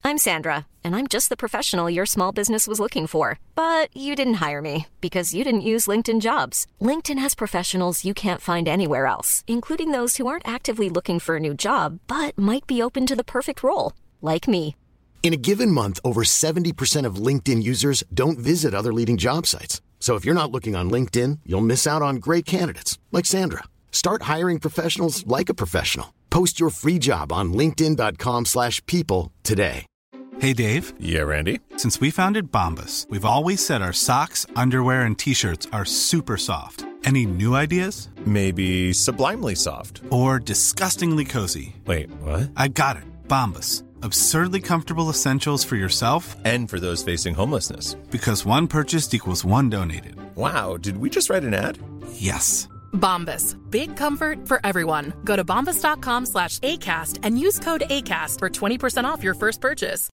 I'm Sandra, and I'm just the professional your small business was looking for. But you didn't hire me because you didn't use LinkedIn Jobs. LinkedIn has professionals you can't find anywhere else, including those who aren't actively looking for a new job, but might be open to the perfect role, like me. In a given month, over 70% of LinkedIn users don't visit other leading job sites. So if you're not looking on LinkedIn, you'll miss out on great candidates like Sandra. Start hiring professionals like a professional. Post your free job on linkedin.com/people today. Hey, Dave. Yeah, Randy. Since we founded Bombas, we've always said our socks, underwear, and T-shirts are super soft. Any new ideas? Maybe sublimely soft. Or disgustingly cozy. Wait, what? I got it. Bombas. Absurdly comfortable essentials for yourself and for those facing homelessness. Because one purchased equals one donated. Wow, did we just write an ad? Yes. Bombas. Big comfort for everyone. Go to bombas.com/ACAST and use code ACAST for 20% off your first purchase.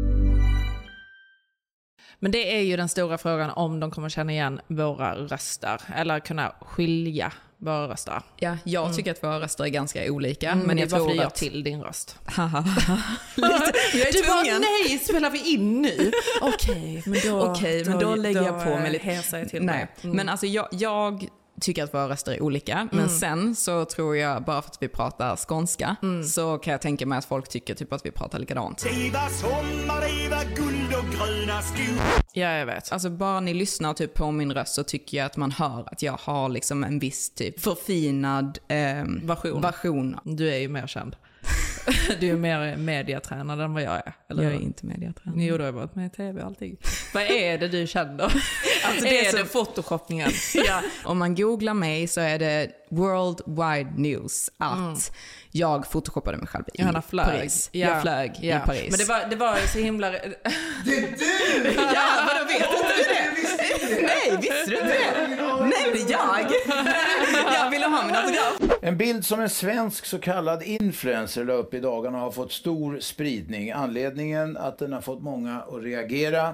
Men det är ju den stora frågan om de kommer känna igen våra röster eller kunna skilja våra röster. Ja, jag tycker att våra röster är ganska olika. Men jag tror att att till din röst. jag är du tvungen. bara, nej, spelar vi in nu? Okej, men då lägger jag på mig lite. Hälsar till nej. Men alltså jag tycker att våra röster är olika. Men sen så tror jag, bara för att vi pratar skånska, så kan jag tänka mig att folk tycker typ att vi pratar likadant. Ja, jag vet. Alltså bara ni lyssnar typ på min röst så tycker jag att man hör att jag har liksom en viss typ förfinad version. Du är ju mer känd. Du är mer mediatränad än vad jag är. Eller? Jag är inte mediatränad. Jo, du har varit med i tv och allting. Vad är det du känner? Alltså det är det photoshoppningen. Ja. Om man googlar mig så är det Worldwide News att jag photoshoppade mig själv i Paris. Ja. Jag flög i Paris. Men det var ju så himla... Det är du! Ja, men då vet inte du det. Nej, visste du inte det? Nej, det är jag. Jag ville ha min autograf. En bild som en svensk så kallad influencer la upp i dagarna har fått stor spridning. Anledningen att den har fått många att reagera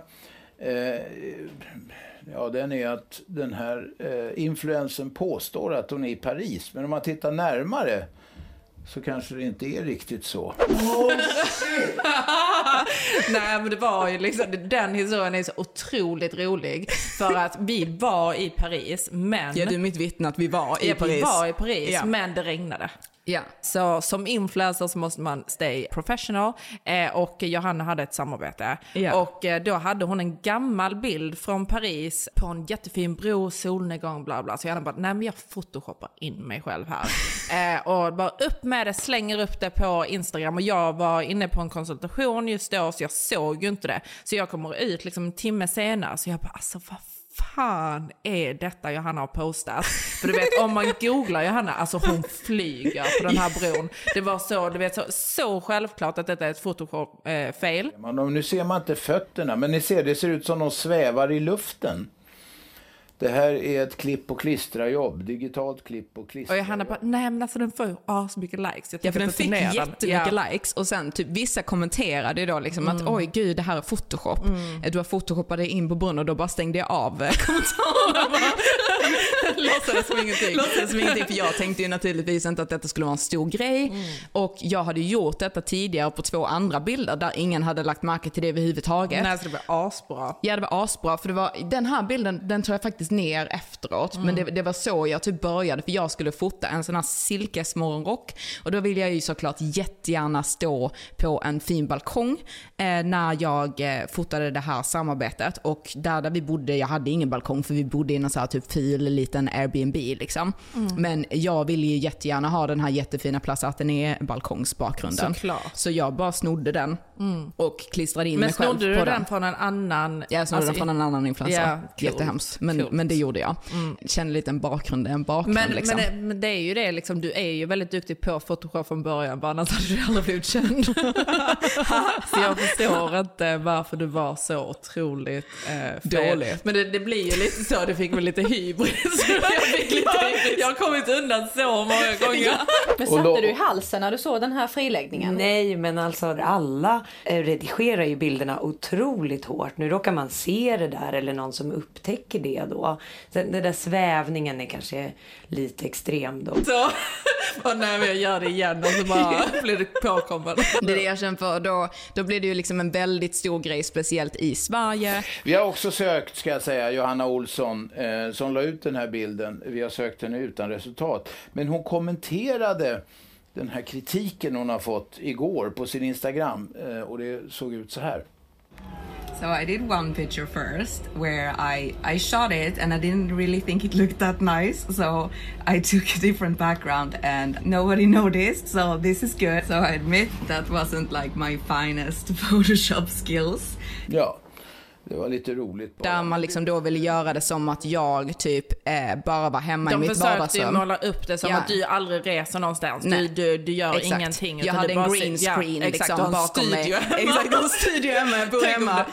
den är att den här influencern påstår att hon är i Paris. Men om man tittar närmare så kanske det inte är riktigt så. Nej, men det var ju liksom, den historien är så otroligt rolig för att vi var i Paris, men... Ja, du är mitt vittne att vi var i Paris. Vi var i Paris, men det regnade. Ja. Så som influencer så måste man stay professional och Johanna hade ett samarbete. Ja. Och då hade hon en gammal bild från Paris på en jättefin bro, solnedgång, bla bla. Så Johanna bara, nej men jag photoshoppar in mig själv här. Och bara upp med det, slänger upp det på Instagram. Och jag var inne på en konsultation just då så jag såg ju inte det. Så jag kommer ut liksom en timme senare så jag bara, alltså vad fan är detta Johanna har postat? För du vet, om man googlar Johanna, alltså hon flyger på den här bron. Det var så, du vet, så självklart att detta är ett Photoshop-fail. Nu ser man inte fötterna, men ni ser, det ser ut som de svävar i luften. Det här är ett klipp- och klistra-jobb. Digitalt klipp- och klistra. Och Johanna bara, nej men alltså den får ju så mycket likes. Ja, för den fick jättemycket likes. Och sen typ vissa kommenterade då liksom att oj gud, det här är Photoshop. Du har photoshoppat dig in på brunnen och då bara stängde jag av kommentarerna. Låtsades som ingenting. För jag tänkte ju naturligtvis inte att detta skulle vara en stor grej. Och jag hade gjort detta tidigare på 2 andra bilder där ingen hade lagt märke till det överhuvudtaget. Nej, så det var asbra. Ja, det var asbra. För det var, den här bilden, den tror jag faktiskt ner efteråt. Men det var så jag typ började. För jag skulle fota en sån här silkesmorgonrock. Och då ville jag ju såklart jättegärna stå på en fin balkong när jag fotade det här samarbetet. Och där vi bodde, jag hade ingen balkong för vi bodde i en så här typ fil liten Airbnb liksom. Men jag ville ju jättegärna ha den här jättefina platsen att den är balkongsbakgrunden. Såklart. Så jag bara snodde den och klistrade in mig själv på den. Men snodde du den från en annan... Jag snodde den från en annan influencer. Ja, jättehemskt. Men det gjorde jag. Kände lite en bakgrund liksom. Men det är ju det liksom, du är ju väldigt duktig på Photoshop från början, bara annars hade du aldrig blivit känd. Så jag förstår inte varför du var så otroligt dålig. Men det blir ju lite så, du fick väl lite hybris. Jag har kommit undan så många gånger. Men satte du i halsen när du såg den här friläggningen? Nej, men alltså alla redigerar ju bilderna otroligt hårt. Nu råkar man se det där eller någon som upptäcker det då. Den där svävningen är kanske lite extrem då. Så, och när jag gör det igen och så bara blir det påkommen. Det är det jag känner för. Då blir det ju liksom en väldigt stor grej, speciellt i Sverige. Vi har också sökt, ska jag säga, Johanna Olsson som la ut den här bilden. Vi har sökt henne utan resultat. Men hon kommenterade den här kritiken hon har fått igår på sin Instagram. Och det såg ut så här. So I did one picture first where I shot it and I didn't really think it looked that nice. So I took a different background and nobody noticed. So this is good. So I admit that wasn't like my finest Photoshop skills. Ja. Det var lite roligt. Bara. Där man liksom då ville göra det som att jag typ bara var hemma i mitt vardagsrum. De försökte måla upp det som att du aldrig reser någonstans. Du gör ingenting. Jag hade en green screen liksom bakom mig. Exakt, en studio hemma. Jag bor hemma.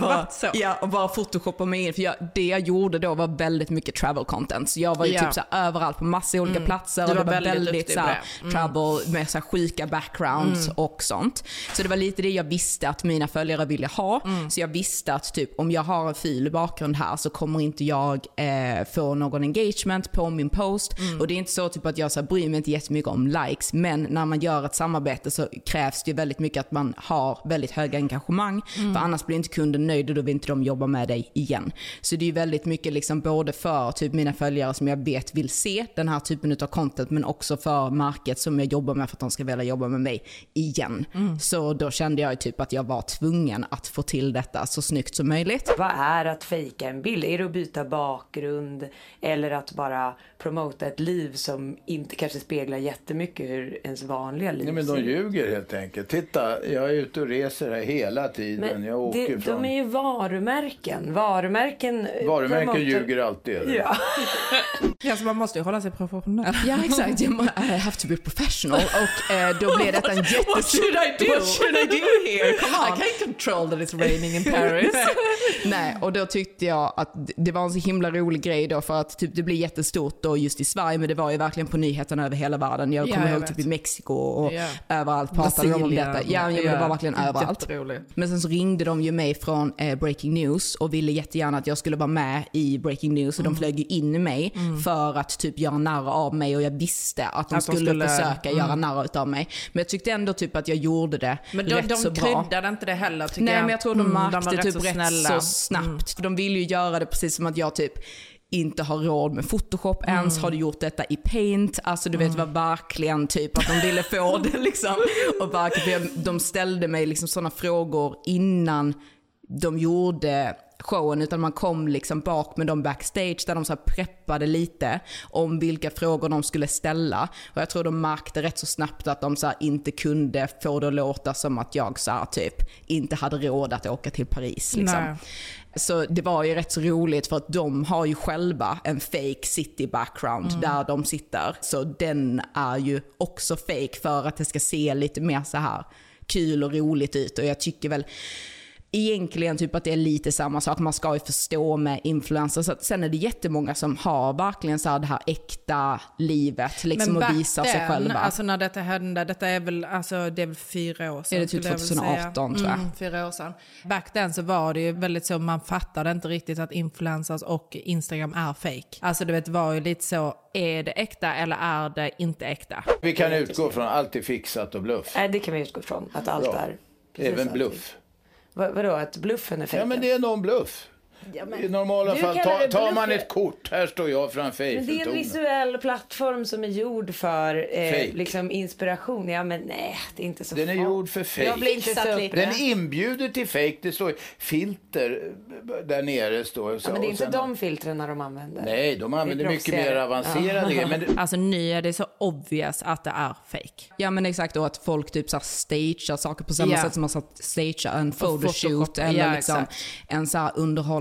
Och bara photoshoppa mig in. För det jag gjorde då var väldigt mycket travel content. Så jag var ju typ så här överallt på massa olika platser. Och det var väldigt så här travel med så här sjuka backgrounds och sånt. Så det var lite det jag visste att mina följare ville ha. Så jag visste att typ om jag har en fil bakgrund här så kommer inte jag få någon engagement på min post. Och det är inte så typ att jag så bryr mig inte jättemycket om likes, men när man gör ett samarbete så krävs det väldigt mycket att man har väldigt höga engagemang, för annars blir inte kunden nöjd och då vill inte de jobba med dig igen. Så det är ju väldigt mycket liksom både för typ mina följare som jag vet vill se den här typen av content, men också för market som jag jobbar med för att de ska vilja jobba med mig igen. Så då kände jag typ att jag var tvungen att få till detta så snyggt som möjligt. Vad är att fejka en bild? Är det att byta bakgrund eller att bara promota ett liv som inte kanske speglar jättemycket hur ens vanliga liv ser? Nej, men de ljuger helt enkelt. Titta, jag är ute och reser här hela tiden. Men jag åker de är ju varumärken. Varumärken ljuger alltid. Eller? Ja. Så man måste ju hålla sig professionell. Ja, exakt. I have to be professional. Och då blev detta en jättestor... What should I do here? Come on. I can't control that it's raining in Paris. Nej, och då tyckte jag att det var en så himla rolig grej då, för att typ det blir jättestort då just i Sverige, men det var ju verkligen på nyheterna över hela världen. Jag kommer ihåg typ i Mexiko och överallt pratade de om detta. Ja, men det var verkligen överallt. Men sen så ringde de ju mig från Breaking News och ville jättegärna att jag skulle vara med i Breaking News, och de flög ju in mig för att typ göra narr av mig, och jag visste att de skulle försöka göra narr av mig. Men jag tyckte ändå typ att jag gjorde det rätt så bra. Men de kryddade inte det heller, tycker jag. Nej, men jag tror de märkte typ rätt så snabbt. För de vill ju göra det precis som att jag typ inte har råd med Photoshop ens. Har du gjort detta i Paint? Alltså du vet, var verkligen typ att de ville få det liksom. Och de ställde mig liksom sådana frågor innan de gjorde showen, utan man kom liksom bak med dem backstage där de så här preppade lite om vilka frågor de skulle ställa, och jag tror de märkte rätt så snabbt att de så här inte kunde få det att låta som att jag så här typ inte hade råd att åka till Paris liksom. Nej. Så det var ju rätt så roligt, för att de har ju själva en fake city background där de sitter, så den är ju också fake för att det ska se lite mer så här kul och roligt ut. Och jag tycker väl egentligen typ att det är lite samma sak. Man ska ju förstå med influencers. Så sen är det jättemånga som har verkligen så här det här äkta livet liksom, och visar sig själva. Alltså när detta hände, detta är väl, alltså det är väl 4 år sedan. Är det typ 2018 tror jag. 4 år sedan. Back then så var det ju väldigt så, man fattade inte riktigt att influencers och Instagram är fake. Alltså du vet, det var ju lite så, är det äkta eller är det inte äkta? Vi kan utgå från allt är fixat och bluff. Nej, det kan vi utgå från, att allt är även bluff. Vadå, att bluffen är fejken? Ja, men det är någon bluff. Ja, men, i normala fall tar man ett kort, här står jag framför Eiffeltornet. Men det är en visuell plattform som är gjord för liksom inspiration. Ja, men nej, det är inte så. Den är gjord för fake. Den inbjuder till fake. Det står filter där nere står så. Ja, men det är inte de filtrarna de använder. Nej, de använder mycket mer avancerade grejer. Men alltså nu är det så obvious att det är fake. Ja, men exakt då, att folk typ så stagear saker på samma sätt som man stagear en photoshoot eller liksom en så här underhållande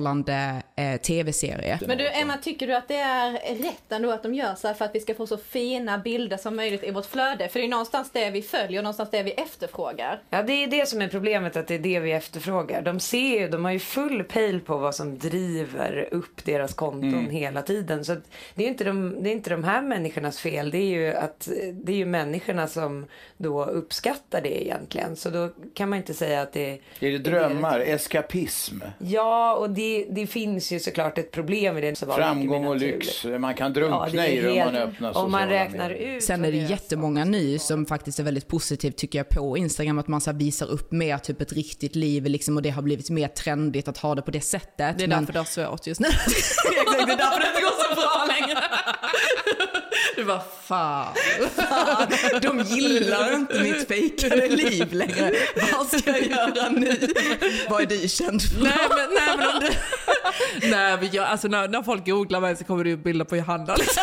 underhållande tv-serie. Men du Emma, tycker du att det är rätt ändå att de gör så här för att vi ska få så fina bilder som möjligt i vårt flöde? För det är någonstans det vi följer och någonstans det vi efterfrågar. Ja, det är det som är problemet, att det är det vi efterfrågar. De har ju full pejl på vad som driver upp deras konton hela tiden. Så att det är inte de här människornas fel. Det är ju människorna som då uppskattar det egentligen. Så då kan man inte säga att det är det drömmar, eskapism. Ja, och det finns ju såklart ett problem i det. Framgång och lyx, man kan drunkna i det om man öppnar om man räknar ut. Sen är det jättemånga ny som faktiskt är väldigt positivt tycker jag på Instagram, att man så visar upp mer typ ett riktigt liv liksom, och det har blivit mer trendigt att ha det på det sättet. Det är därför det har svårt just nu. Exakt, det är därför det inte går så bra längre. Du bara fan. De gillar inte mitt fejkade liv längre. Vad ska jag göra nu? Vad är du känd för? Nej men om det... Nej men jag, alltså när folk googlar mig så kommer det ju bilder på Johanna liksom.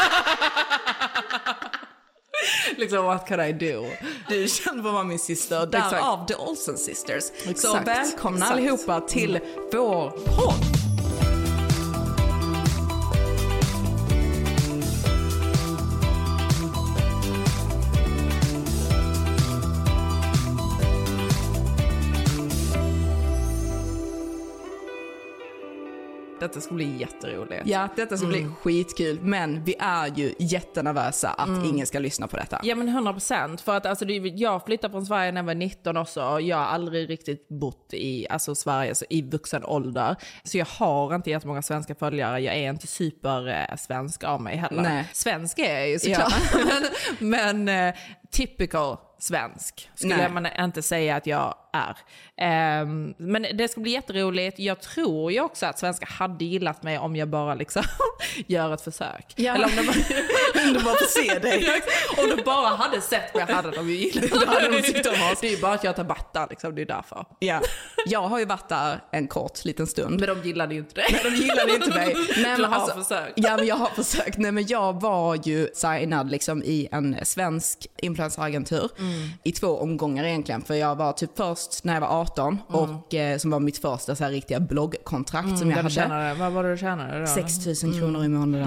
Liksom, what can I do? Du känner vad var min syster, därav The Olsen Sisters. Exakt. Så välkomna allihopa till vår podd. Detta ska bli jätteroligt. Ja, detta ska bli skitkul. Men vi är ju jättenervösa att ingen ska lyssna på detta. Ja men 100%. För att alltså, jag flyttade från Sverige när jag var 19 också. Jag har aldrig riktigt bott i Sverige i vuxen ålder. Så jag har inte jättemånga svenska följare. Jag är inte supersvensk av mig heller. Nej. Svensk är jag ju såklart. Ja. men typical svensk skulle man inte säga att jag är. Men det ska bli jätteroligt. Jag tror ju också att svenskar hade gillat mig om jag bara liksom gör ett försök. Ja. Eller om de bara får se dig. Om de bara hade sett vad jag hade de ju gillat. Då hade de tyckt om oss. Det är ju bara att jag tar batta liksom, det är därför. Ja. Jag har ju varit där en kort liten stund. Men de gillade ju inte det. Nej, de gillade inte mig. Nej, du har försökt. Ja, men jag har försökt. Nej, men jag var ju signad liksom i en svensk influenceragentur i 2 omgångar egentligen. För jag var typ först när jag var 18 och som var mitt första så här riktiga bloggkontrakt som jag hade. Vad var det du tjänade då? 6 000 kronor i månaden.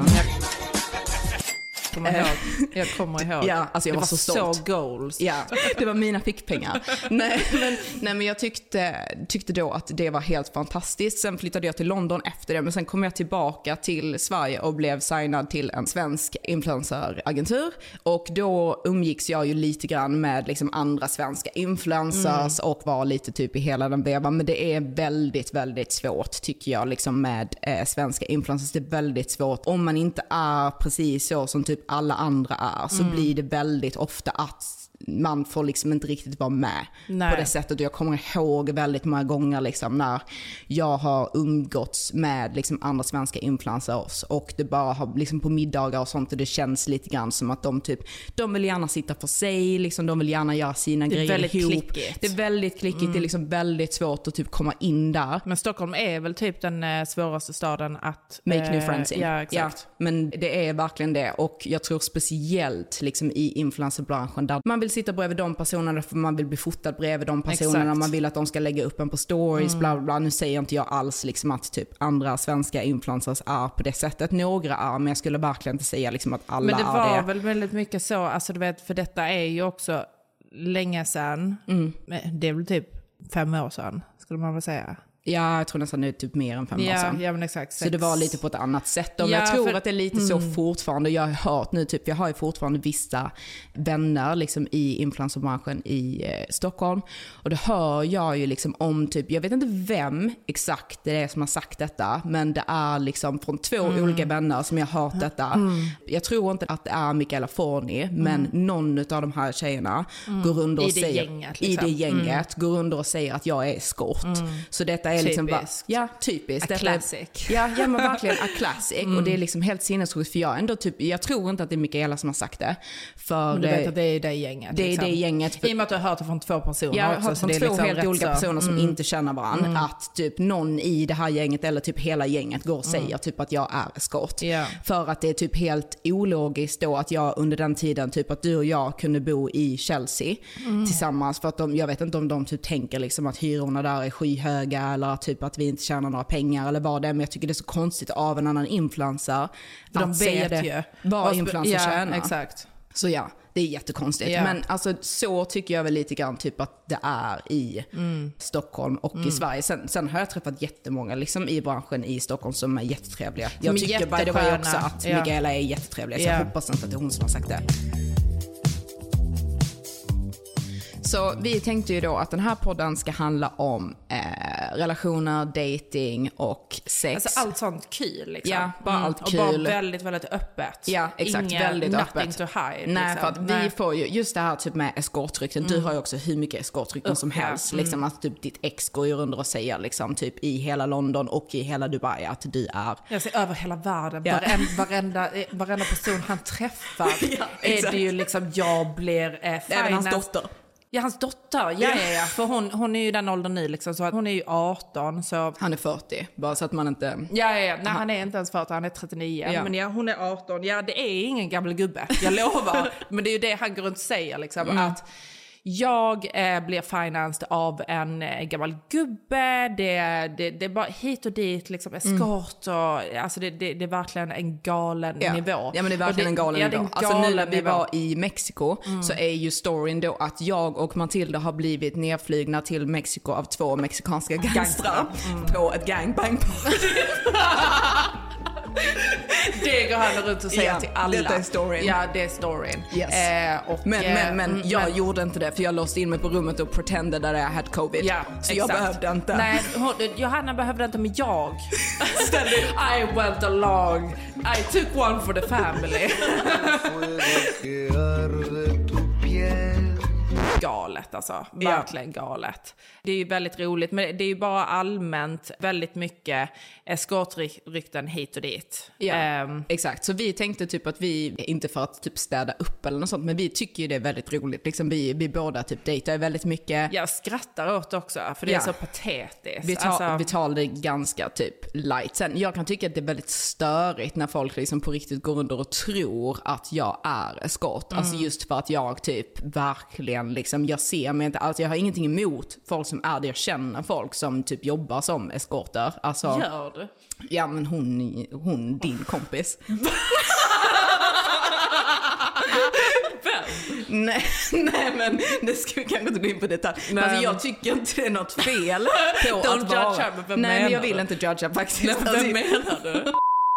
Jag kommer ihåg. Ja, alltså jag var så stolt. Så goals. Ja, det var mina fickpengar. nej, men jag tyckte då att det var helt fantastiskt. Sen flyttade jag till London efter det, men sen kom jag tillbaka till Sverige och blev signad till en svensk influenceragentur. Och då umgicks jag ju lite grann med liksom andra svenska influencers och var lite typ i hela den vevan. Men det är väldigt, väldigt svårt tycker jag liksom med svenska influencers. Det är väldigt svårt om man inte är precis så som typ alla andra är, så blir det väldigt ofta att man får liksom inte riktigt vara med på det sättet. Och jag kommer ihåg väldigt många gånger liksom när jag har umgåtts med liksom andra svenska influencers och det bara har liksom på middagar och sånt och det känns lite grann som att de vill gärna sitta för sig, liksom, de vill gärna göra sina grejer ihop. Det är väldigt klickigt. Det är liksom väldigt svårt att typ komma in där. Men Stockholm är väl typ den svåraste staden att make new friends in. Ja, exakt. Ja, men det är verkligen det, och jag tror speciellt liksom i influencerbranschen där man vill sitta bredvid de personerna för man vill bli fotad bredvid de personerna. Exakt. Man vill att de ska lägga upp en på stories, bla bla bla. Nu säger inte jag alls liksom att typ andra svenska influencers är på det sättet. Några är, men jag skulle verkligen inte säga liksom att alla är det. Men det var väl väldigt mycket så, alltså du vet, för detta är ju också länge sedan. Det är väl typ 5 år sedan skulle man väl säga. Ja, jag tror nästan det är typ mer än 5 år sedan. Ja, men exakt. Så det var lite på ett annat sätt. Men jag tror att det är lite så fortfarande. Jag har hört nu, typ, jag har ju fortfarande vissa vänner liksom, i influencerbranschen i Stockholm. Och då hör jag ju liksom om typ, jag vet inte vem exakt det är som har sagt detta. Men det är liksom från 2 olika vänner som jag har hört detta. Jag tror inte att det är Michaela Forni, men någon av de här tjejerna går under och säger gänget, liksom. I det gänget går under och säger att jag är eskort. Så detta är liksom typiskt. A classic. Ja, men verkligen a classic. Och det är liksom helt sinnessjukt, för jag tror inte att det är Michaela som har sagt det. För men du vet att det är det gänget. Det är liksom. det gänget. I och med att du har hört det från 2 personer. Jag har hört från 2 liksom helt olika personer som inte känner varandra. Att typ någon i det här gänget eller typ hela gänget går och säger typ att jag är eskort. Yeah. För att det är typ helt ologiskt då att jag under den tiden typ att du och jag kunde bo i Chelsea tillsammans. För att jag vet inte om de typ tänker liksom att hyrorna där är skyhöga eller eller typ att vi inte tjänar några pengar eller vad det är, men jag tycker det är så konstigt av en annan influencer de att säga vet det, ju vad influencer tjänar. Exakt. Så ja, det är jättekonstigt. Ja. Men alltså, så tycker jag väl lite grann typ att det är i Stockholm och i Sverige. Sen har jag träffat jättemånga liksom, i branschen i Stockholm som är jättetrevliga. Jag tycker by the way också att Mikaela är jättetrevlig. Så jag hoppas inte att det är hon som har sagt det. Så vi tänkte ju då att den här podden ska handla om relationer, dating och sex. Alltså allt sånt kul liksom. Ja, bara allt kul. Och bara väldigt, väldigt öppet. Ja, exakt. Väldigt nothing öppet. To hide. Nej, liksom. för att vi får ju just det här typ med eskortrykten. Du har ju också hur mycket eskortrykten som helst. Liksom att typ ditt ex går ju runt och säger liksom typ i hela London och i hela Dubai att du är... Jag ser över hela världen. Ja. Varenda person han träffar är det ju liksom jag blir även hans dotter. Ja, hans dotter. Ja. För hon är ju den åldern nu liksom, så att hon är ju 18 så... Han är 40, bara så att man inte... Ja. Nej, han är inte ens 40, han är 39. Ja. Men ja, hon är 18. Ja, det är ingen gammal gubbe, jag lovar. Men det är ju det han går runt och säger liksom, att jag blir financed av en gammal gubbe. Det är bara hit och dit liksom, eskort och alltså det är verkligen en galen nivå. Ja, men det är verkligen en galen nivå. Alltså nu när vi var i Mexiko så är ju storyn då att jag och Matilda har blivit nedflygna till Mexiko av 2 mexikanska gangstrar på ett gangbang-party. Det går han runt och säger till alla. Detta är storyn. Ja, det är storyn. Yes. Men jag gjorde inte det, för jag låste in mig på rummet och pretended att jag hade covid. Ja, så exakt. Jag behövde inte. Nej, Johanna behövde inte, men jag. I went along. I took one for the family. Galet alltså, verkligen galet. Det är ju väldigt roligt, men det är ju bara allmänt väldigt mycket eskortrykten hit och dit. Ja, exakt. Så vi tänkte typ att vi, inte för att typ städa upp eller något sånt, men vi tycker ju det är väldigt roligt. Liksom vi båda typ dejtar väldigt mycket. Jag skrattar åt också, för det är så patetiskt. Vi tar det ganska typ light. Sen, jag kan tycka att det är väldigt störigt när folk liksom på riktigt går under och tror att jag är eskort. Alltså just för att jag typ verkligen liksom, jag ser mig inte, alltså jag har ingenting emot folk som är det, jag känner folk som typ jobbar som eskorter. Alltså, gör du? Ja, men hon din kompis. Nej, men det ska vi kanske inte gå in på detalj. Alltså, jag tycker inte det är något fel på att vara... Nej, men jag vill inte judga faktiskt. Nej, vem menar du?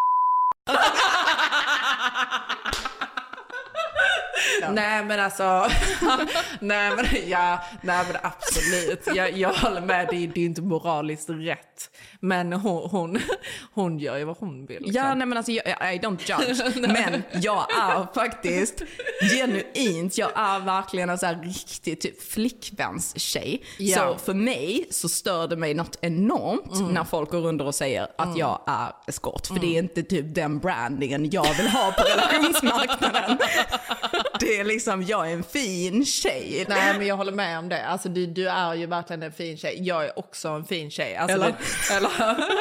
Ja. Nej men alltså nej men absolut jag håller med, det är inte moraliskt rätt, men hon gör ju vad hon vill liksom. Ja, nej men alltså I don't judge. Men jag är faktiskt genuint, jag är verkligen en så här riktig typ flickvänstjej. Så för mig så stör det mig något enormt när folk går runt och säger att jag är eskort, för det är inte typ den brandingen jag vill ha på relationsmarknaden. Det är liksom, jag är en fin tjej. Nej, men jag håller med om det. Alltså du är ju verkligen en fin tjej. Jag är också en fin tjej. Alltså, eller?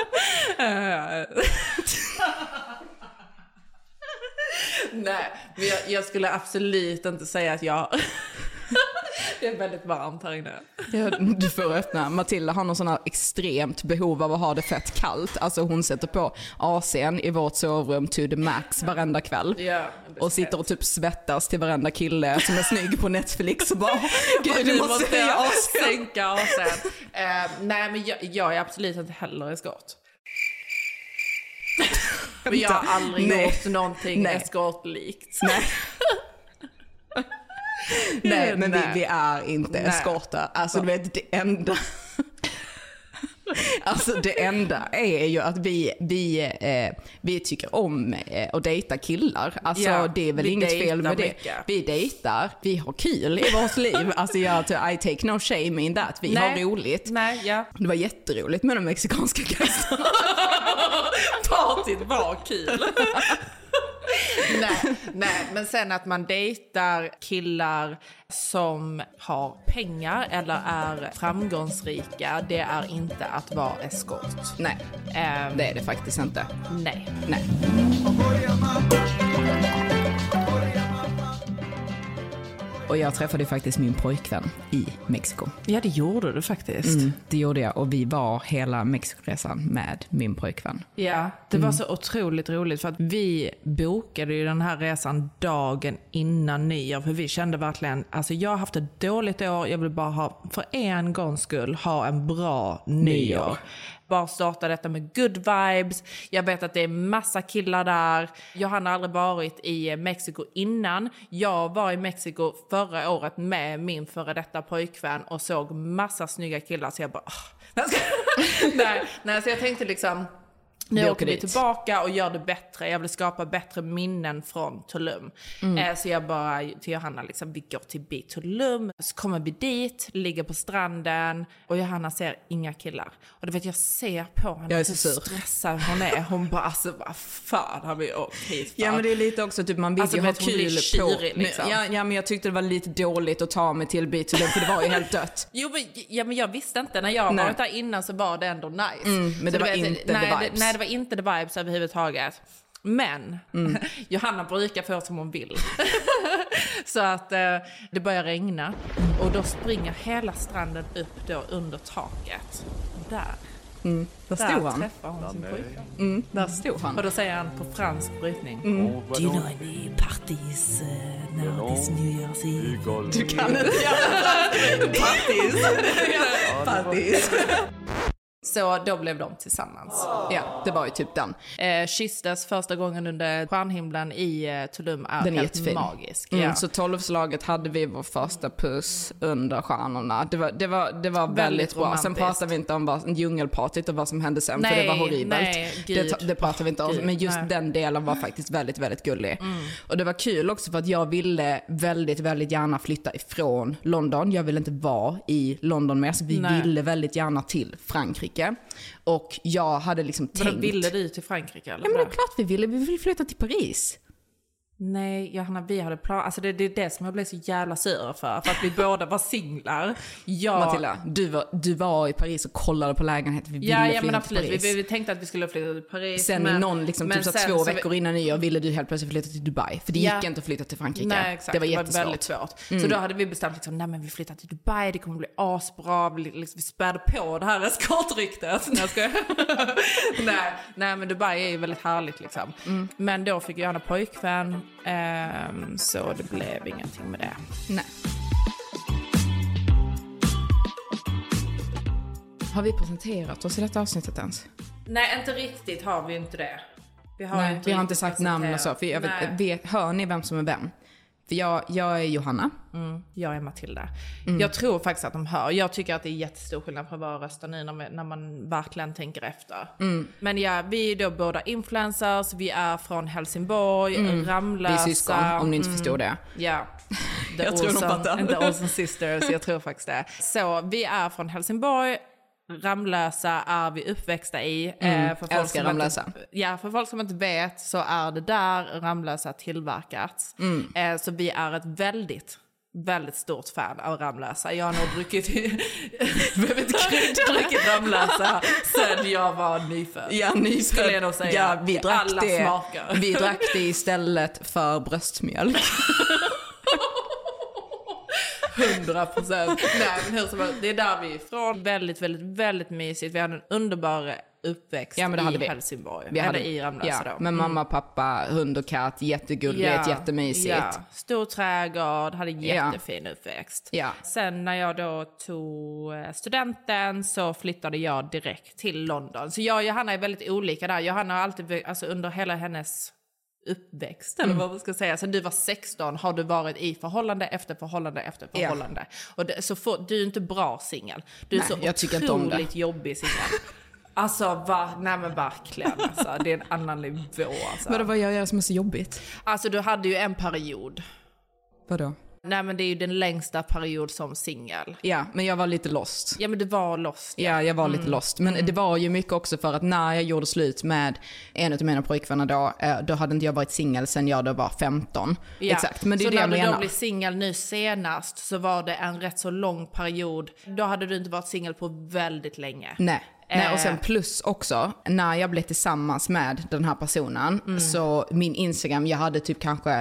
Nej, men jag skulle absolut inte säga att jag... Det är väldigt varmt här inne. Ja, du får öppna. Matilda har någon sån här extremt behov av att ha det fett kallt. Alltså hon sätter på AC:n i vårt sovrum to the max varenda kväll. Ja, och sitter och typ svettas till varenda kille som är snygg på Netflix och bara, gud, du måste sänka AC:n. Nej, men jag är absolut inte heller eskort. Men jag har aldrig gjort någonting eskortlikt. Nej. Nej, men vi är inte eskorter. Alltså du vet, det enda alltså det enda är ju att vi tycker om att dejta killar. Alltså det är väl inget fel med det. Mycket. Vi dejtar, vi har kul i vårt liv. Alltså I take no shame in that. Vi har roligt. Nej, ja. Det var jätteroligt med de mexikanska gästerna. Partyt var kul. Nej, men sen att man dejtar killar som har pengar eller är framgångsrika, det är inte att vara eskort. Nej, det är det faktiskt inte. Nej. Och jag träffade faktiskt min pojkvän i Mexiko. Ja, det gjorde du faktiskt. Det gjorde jag, och vi var hela Mexikoresan med min pojkvän. Ja, det var så otroligt roligt för att vi bokade ju den här resan dagen innan nyår. För vi kände verkligen, alltså jag har haft ett dåligt år, jag vill bara ha, för en gångs skull, ha en bra nyår. Bara starta detta med good vibes. Jag vet att det är massa killar där. Jag har aldrig varit i Mexiko innan. Jag var i Mexiko förra året med min före detta pojkvän och såg massa snygga killar. Så jag bara... Nej, så jag tänkte liksom... Nu åker vi tillbaka och gör det bättre. Jag vill skapa bättre minnen från Tulum. Så jag bara till Johanna liksom, vi går till Tulum. Så kommer vi dit, ligger på stranden. Och Johanna ser inga killar. Och det vet jag ser på henne. Jag är så stressad hon är. Hon bara, alltså vad fan har vi åkt hit för? Ja, men det är lite också typ man vill alltså, ju ha kul på. Liksom. Ja, men jag tyckte det var lite dåligt att ta mig till Tulum, för det var ju helt dött. Jo, men jag visste inte. När jag varit där innan så var det ändå nice. Men det var inte the vibes. Nej, det var inte the vibes överhuvudtaget. Men Johanna brukar få som hon vill. Så att det börjar regna. Och då springer hela stranden upp då under taket. Där. Där stod han. Träffar hon sin pojkvän. Där stod han. Och då säger han på fransk brytning. Do you know any parties now this New Year's Eve? Du kan inte göra parties. Så då blev de tillsammans. Ja, det var ju typ den. Kysstes första gången under stjärnhimlen i Tulum är den är helt jättefin. Magisk. Ja. Så 12-slaget hade vi vår första puss under stjärnorna. Det var väldigt bra. romantiskt. Sen pratade vi inte om djungelpartyt och vad som hände sen, för det var horribelt. Nej, det pratade vi inte om. Men just den delen var faktiskt väldigt, väldigt gullig. Och det var kul också för att jag ville väldigt, väldigt gärna flytta ifrån London. Jag ville inte vara i London mer, så vi ville väldigt gärna till Frankrike. Och jag hade liksom tänkt... Men ville du till Frankrike? Eller? Ja, men det är klart vi ville flytta till Paris. Nej, Johanna, vi hade plan. Alltså det är det som jag blev så jävla sur för att vi båda var singlar. Matilda, du var i Paris och kollade på lägenhet. Vi ville flytta men absolut. till Paris. Vi tänkte att vi skulle flytta till Paris. Sen i någon liksom, typ så 2 veckor innan nyår ville du helt plötsligt flytta till Dubai. För det gick inte att flytta till Frankrike. Nej, exakt. Det var jättesvårt. Väldigt svårt. Så då hade vi bestämt liksom, nej men vi flyttar till Dubai, det kommer bli asbra. Vi spädde på det här eskortryktet. nej, men Dubai är ju väldigt härligt liksom. Men då fick jag gärna pojkvän. Så det blev ingenting med det. Nej. Har vi presenterat oss i detta avsnittet ens? Nej, inte riktigt har vi inte det. Vi har inte sagt namn och så. För jag hör ni vem som är vem? För jag är Johanna. Jag är Matilda. Jag tror faktiskt att de hör. Jag tycker att det är jättestor skillnad på att vara rösta nu när man verkligen tänker efter. Men ja, vi är då båda influencers. Vi är från Helsingborg, Ramlösa. Vi är syskon, om ni inte förstår det. Ja. Jag tror de fattar. The Olsen Sisters, jag tror faktiskt det. Så vi är från Helsingborg. Ramlösa är vi uppväxta i. Älskar Ramlösa. För folk som inte vet så är det där Ramlösa tillverkats. Så vi är ett väldigt, väldigt stort fan av Ramlösa. Jag har nog druckit Ramlösa sen jag var nyfödd. Ja, nyfödd. Skulle jag nog säga. Ja, vi drack alla det. smaker. Vi drack det istället för bröstmjölk. 100%. Nej, men hur som helst, det är där vi är ifrån. Väldigt, väldigt, väldigt mysigt. Vi hade en underbar uppväxt i Helsingborg. Vi hade i Ramlösa då. Med mamma, pappa, hund och katt, jättegulligt, jättemysigt. Ja, stor trädgård, hade jättefin uppväxt. Ja. Sen när jag då tog studenten så flyttade jag direkt till London. Så jag och Johanna är väldigt olika där. Johanna har alltid, alltså under hela hennes uppväxt eller vad man ska säga. Sen du var 16 har du varit i förhållande efter förhållande efter förhållande. Och du är inte bra singel. Du är så otroligt jobbig singel. Alltså, nej men verkligen. Alltså, det är en annan nivå. Alltså. Men vad gör jag som är så jobbigt? Alltså, du hade ju en period. Vadå? Nej, men det är ju den längsta period som singel. Ja, men jag var lite lost. Ja, men du var lost. Ja, jag var lite lost. Men det var ju mycket också för att när jag gjorde slut med en av mina pojkvänner då hade inte jag varit singel sen jag då var 15. Ja. Exakt, men det är så det jag menar. Så när du då blev singel nu senast så var det en rätt så lång period. Då hade du inte varit singel på väldigt länge. Nej. Nej, och sen plus också, när jag blev tillsammans med den här personen, så min Instagram, jag hade typ kanske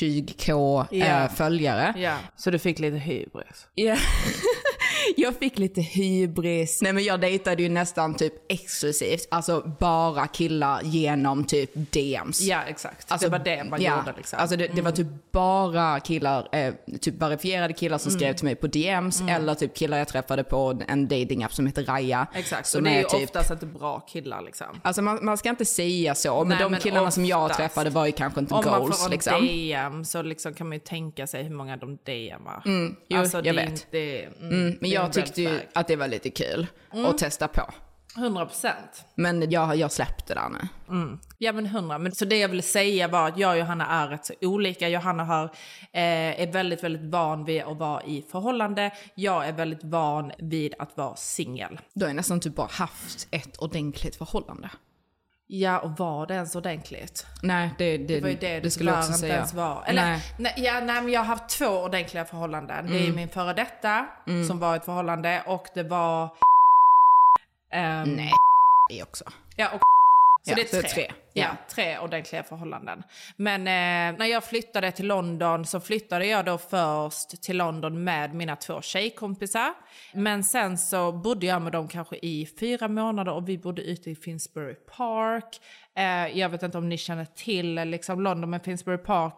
20k följare. Ja, så du fick lite hybris. Ja. Jag fick lite hybris. Nej, men jag dejtade ju nästan typ exklusivt. Alltså bara killar genom typ DMs. Ja, exakt. Alltså, det var det man gjorde liksom. Alltså det var typ bara killar, typ verifierade killar som skrev till mig på DMs. Eller typ killar jag träffade på en datingapp som heter Raya. Exakt, som och det är ju typ, oftast inte bra killar liksom. Alltså man ska inte säga så, men Nej, de killarna som jag oftast. träffade var ju kanske inte om goals. Om man får liksom. en DM så liksom kan man ju tänka sig hur många de DMar. Jo, alltså, jag vet. Men jag tyckte ju att det var lite kul att testa på. 100%. Men jag släppte det nu. Ja, men 100. Men så det jag ville säga var att jag och Johanna är rätt så olika. Johanna är väldigt, väldigt van vid att vara i förhållande. Jag är väldigt van vid att vara singel. Du har ju nästan typ bara haft ett ordentligt förhållande. Ja, och var det ens ordentligt? Nej, det var ju det skulle jag också inte säga. Ens var. Eller, nej, men jag har haft 2 ordentliga förhållanden. Det är min före detta som var ett förhållande, och det var... nej, det också. Ja, och så det är 3. Ja, 3 ordentliga förhållanden. Men när jag flyttade till London så flyttade jag då först till London med mina 2 tjejkompisar. Men sen så bodde jag med dem kanske i 4 månader och vi bodde ute i Finsbury Park. Jag vet inte om ni känner till liksom London, men Finsbury Park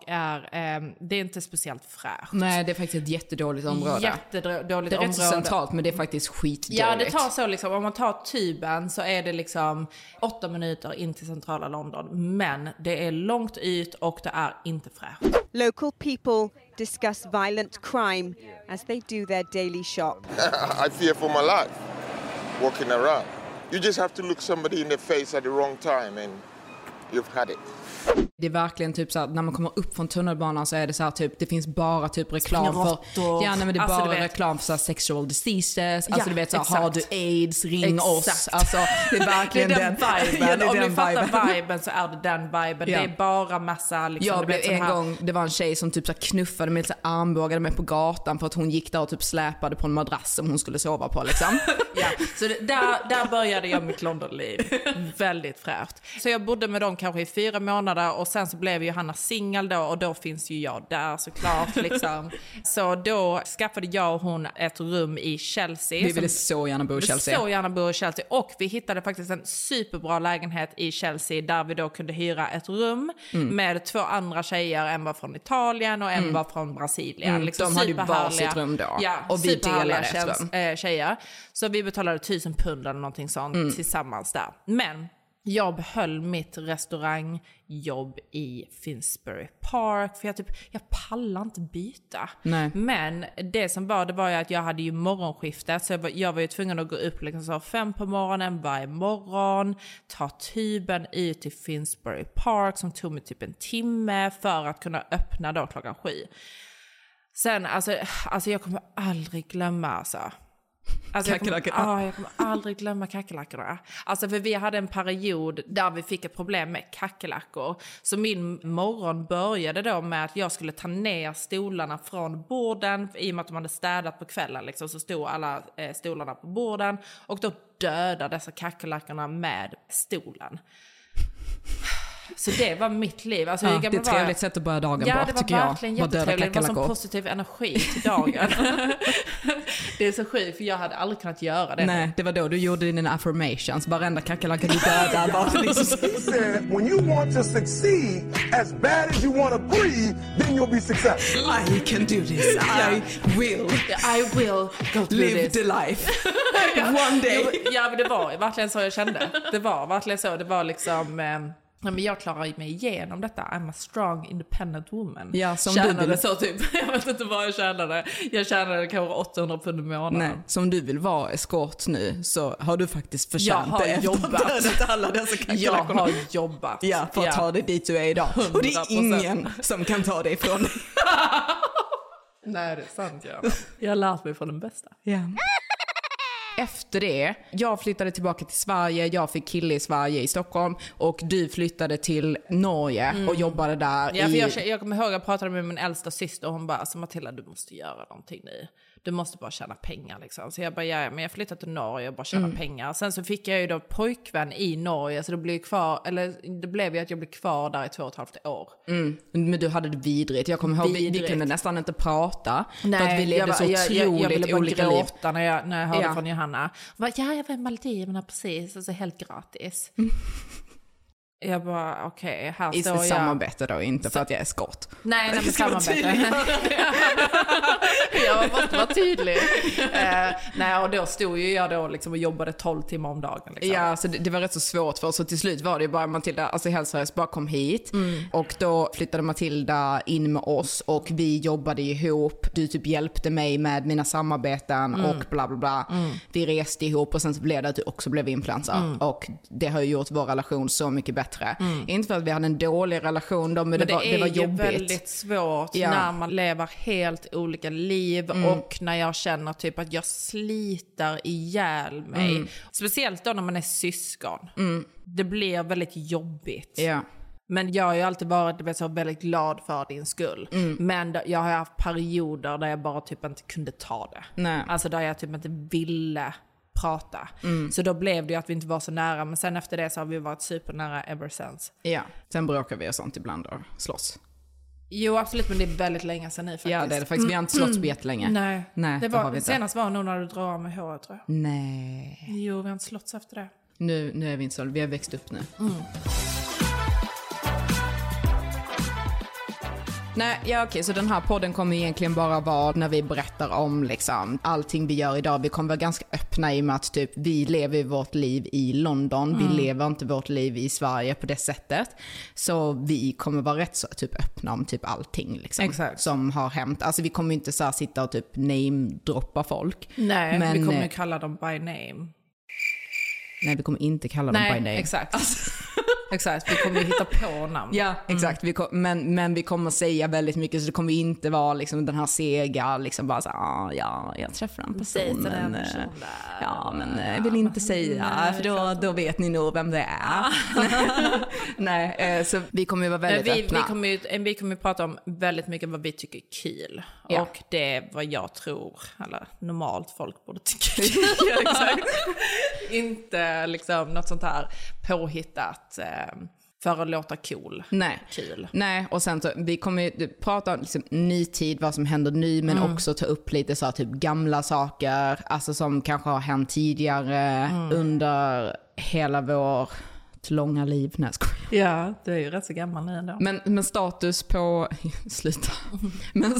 det är inte speciellt fräscht. Nej, det är faktiskt ett jättedåligt område. Jättedåligt område. Det är rätt så centralt, men det är faktiskt skitdåligt. Ja, det tar så liksom, om man tar tuben så är det liksom 8 minuter in till centrala London. Men det är långt ut och det är inte fräscht. Local people discuss violent crime as they do their daily shop. I fear for my life walking around. You just have to look somebody in the face at the wrong time and you've had it. Det är verkligen typ så här, när man kommer upp från tunnelbanan så är det så här typ, det finns bara typ reklam för, ja, nej, men det är alltså, bara reklam för så här, sexual diseases, alltså du vet så här, har du AIDS, ring oss, alltså det är verkligen det är den viben. Ja, det är om den ni fattar viben så är det den viben. Ja. Det är bara massa liksom, jag blev en gång, det var en tjej som typ så här, knuffade mig, så här, armbågade mig på gatan för att hon gick där och typ släpade på en madrass som hon skulle sova på liksom. Ja, så där började jag mitt Londonliv. Väldigt fräscht. Så jag bodde med dem kanske i 4 månader och sen så blev Johanna singel då, och då finns ju jag där såklart liksom. Så då skaffade jag och hon ett rum i Chelsea. Vi ville så gärna bo i Chelsea. Så gärna bo i Chelsea, och vi hittade faktiskt en superbra lägenhet i Chelsea där vi då kunde hyra ett rum med 2 andra tjejer, en var från Italien och en var från Brasilien. Liksom de hade ju varsitt rum då. Ja, och vi delade tjejer. Så vi betalade 1000 pund eller någonting sånt tillsammans där. Men jag behöll mitt restaurangjobb i Finsbury Park för jag pallar inte byta. Nej. Men det som var, det var ju att jag hade ju morgonskiftet, så jag var ju tvungen att gå upp liksom så 5 på morgonen varje morgon, ta tuben ut till Finsbury Park som tog mig typ en timme för att kunna öppna då klockan 7. Sen, alltså jag kommer aldrig glömma jag kommer aldrig glömma kackerlackorna. Alltså för vi hade en period där vi fick ett problem med kackerlackor. Så min morgon började då med att jag skulle ta ner stolarna från borden. I och med att de hade städat på kvällen liksom, så stod alla stolarna på borden. Och då dödade dessa kackerlackorna med stolen. Så det var mitt liv. Alltså, det är ett trevligt sätt att börja dagen på, tycker jag. Ja, det var verkligen jättetrevligt. Det var som positiv energi till dagen. Det är så sjukt, för jag hade aldrig kunnat göra det. Nej, det var då du gjorde dina affirmations. Varenda kackerlacka du dödar bara liksom. He said, when you want to succeed as bad as you want to breathe, then you'll be successful. I can do this. I will go live the life. One day. Ja, men det var verkligen så jag kände. Det var verkligen så. Det var liksom... men jag klarar mig igenom detta. I'm a strong, independent woman. Ja, som tjänade du vill. Så typ. Jag vet inte vad jag tjänade. Jag tjänade kanske 800 pund i månaden. Nej, som du vill vara eskort nu så har du faktiskt förtjänt det. Jag har jobbat. Alla dessa jag har jobbat. Ja, för att ta dig dit du är idag. 100%. Och det är ingen som kan ta dig ifrån dig. Nej, det är sant. Jag har lärt mig från den bästa. Ja. Efter det, jag flyttade tillbaka till Sverige, jag fick kille i Sverige i Stockholm och du flyttade till Norge och jobbade där. Ja, för jag kommer ihåg att jag pratade med min äldsta syster och hon bara, alltså Matilda, du måste göra någonting nu. du måste bara tjäna pengar liksom. Så jag bara, ja, men jag flyttade till Norge och bara tjäna pengar. Sen så fick jag ju då pojkvän i Norge, så det blev ju att jag blev kvar där i 2,5 år. Men du hade det vidrigt. Jag kommer ihåg, vi kunde nästan inte prata. Nej, för att vi levde så otroligt jag ville bara olika gråta liv. när jag hörde från Johanna. Jag var i Maldiverna precis, alltså helt gratis. Jag bara, okej, här står jag. I samarbete då, inte för att jag är skott. Nej, men samarbete. Jag måste vara tydlig. Nej, och då stod ju jag då liksom och jobbade 12 timmar om dagen. Liksom. Ja, så det var rätt så svårt för oss. Så till slut var det ju bara Matilda, alltså Hälsarös bara kom hit. Och då flyttade Matilda in med oss och vi jobbade ihop. Du typ hjälpte mig med mina samarbeten och bla bla bla. Vi reste ihop och sen så blev det att du också blev influencer. Och det har ju gjort vår relation så mycket bättre. Inte för att vi hade en dålig relation då, men det var jobbigt. Det är väldigt svårt när man lever helt olika liv och när jag känner typ att jag sliter ihjäl mig. Speciellt då när man är syskon. Det blir väldigt jobbigt. Men jag har ju alltid varit så väldigt glad för din skull. Men jag har haft perioder där jag bara typ inte kunde ta det. Nej. Alltså där jag typ inte ville prata. Så då blev det ju att vi inte var så nära. Men sen efter det så har vi varit supernära ever since. Ja, sen bråkar vi och sånt ibland och slåss. Jo, absolut, men det är väldigt länge sedan nu faktiskt. Ja, det är det faktiskt. Vi har inte slått på jättelänge. Nej, det har vi inte. Senast var nog när du drar av med håret, tror jag. Nej. Jo, vi har inte slått efter det. Nu är vi inte så, vi har växt upp nu. Nej, ja okej, så den här podden kommer egentligen bara vara när vi berättar om liksom allting vi gör idag. Vi kommer vara ganska öppna i och med att typ vi lever vårt liv i London. Vi lever inte vårt liv i Sverige på det sättet. Så vi kommer vara rätt så typ öppna om typ allting liksom, som har hänt. Alltså vi kommer inte så här sitta och typ name-droppa folk. Nej, men vi kommer ju kalla dem by name. Nej, vi kommer inte kalla dem by name. Exakt. Exakt, vi kommer hitta på namn. Ja, exakt. Men vi kommer säga väldigt mycket, så det kommer inte vara liksom den här sega, liksom bara så jag träffar en person, men jag vill inte säga, för då vet ni nog vem det är. Nej, så vi kommer ju vara väldigt öppna. Vi kommer ju prata om väldigt mycket vad vi tycker är kul. Ja. Och det är vad jag tror, eller normalt folk borde tycka är kul. Ja, exakt. Inte liksom något sånt här påhittat för att låta cool. Kul. Nej, och sen så vi kommer ju prata liksom nytid, vad som händer nu, men också ta upp lite så typ gamla saker, alltså som kanske har hänt tidigare under hela vår långa liv. Nej, ja, du är ju rätt så gammal nu ändå. Men status på sluta. Men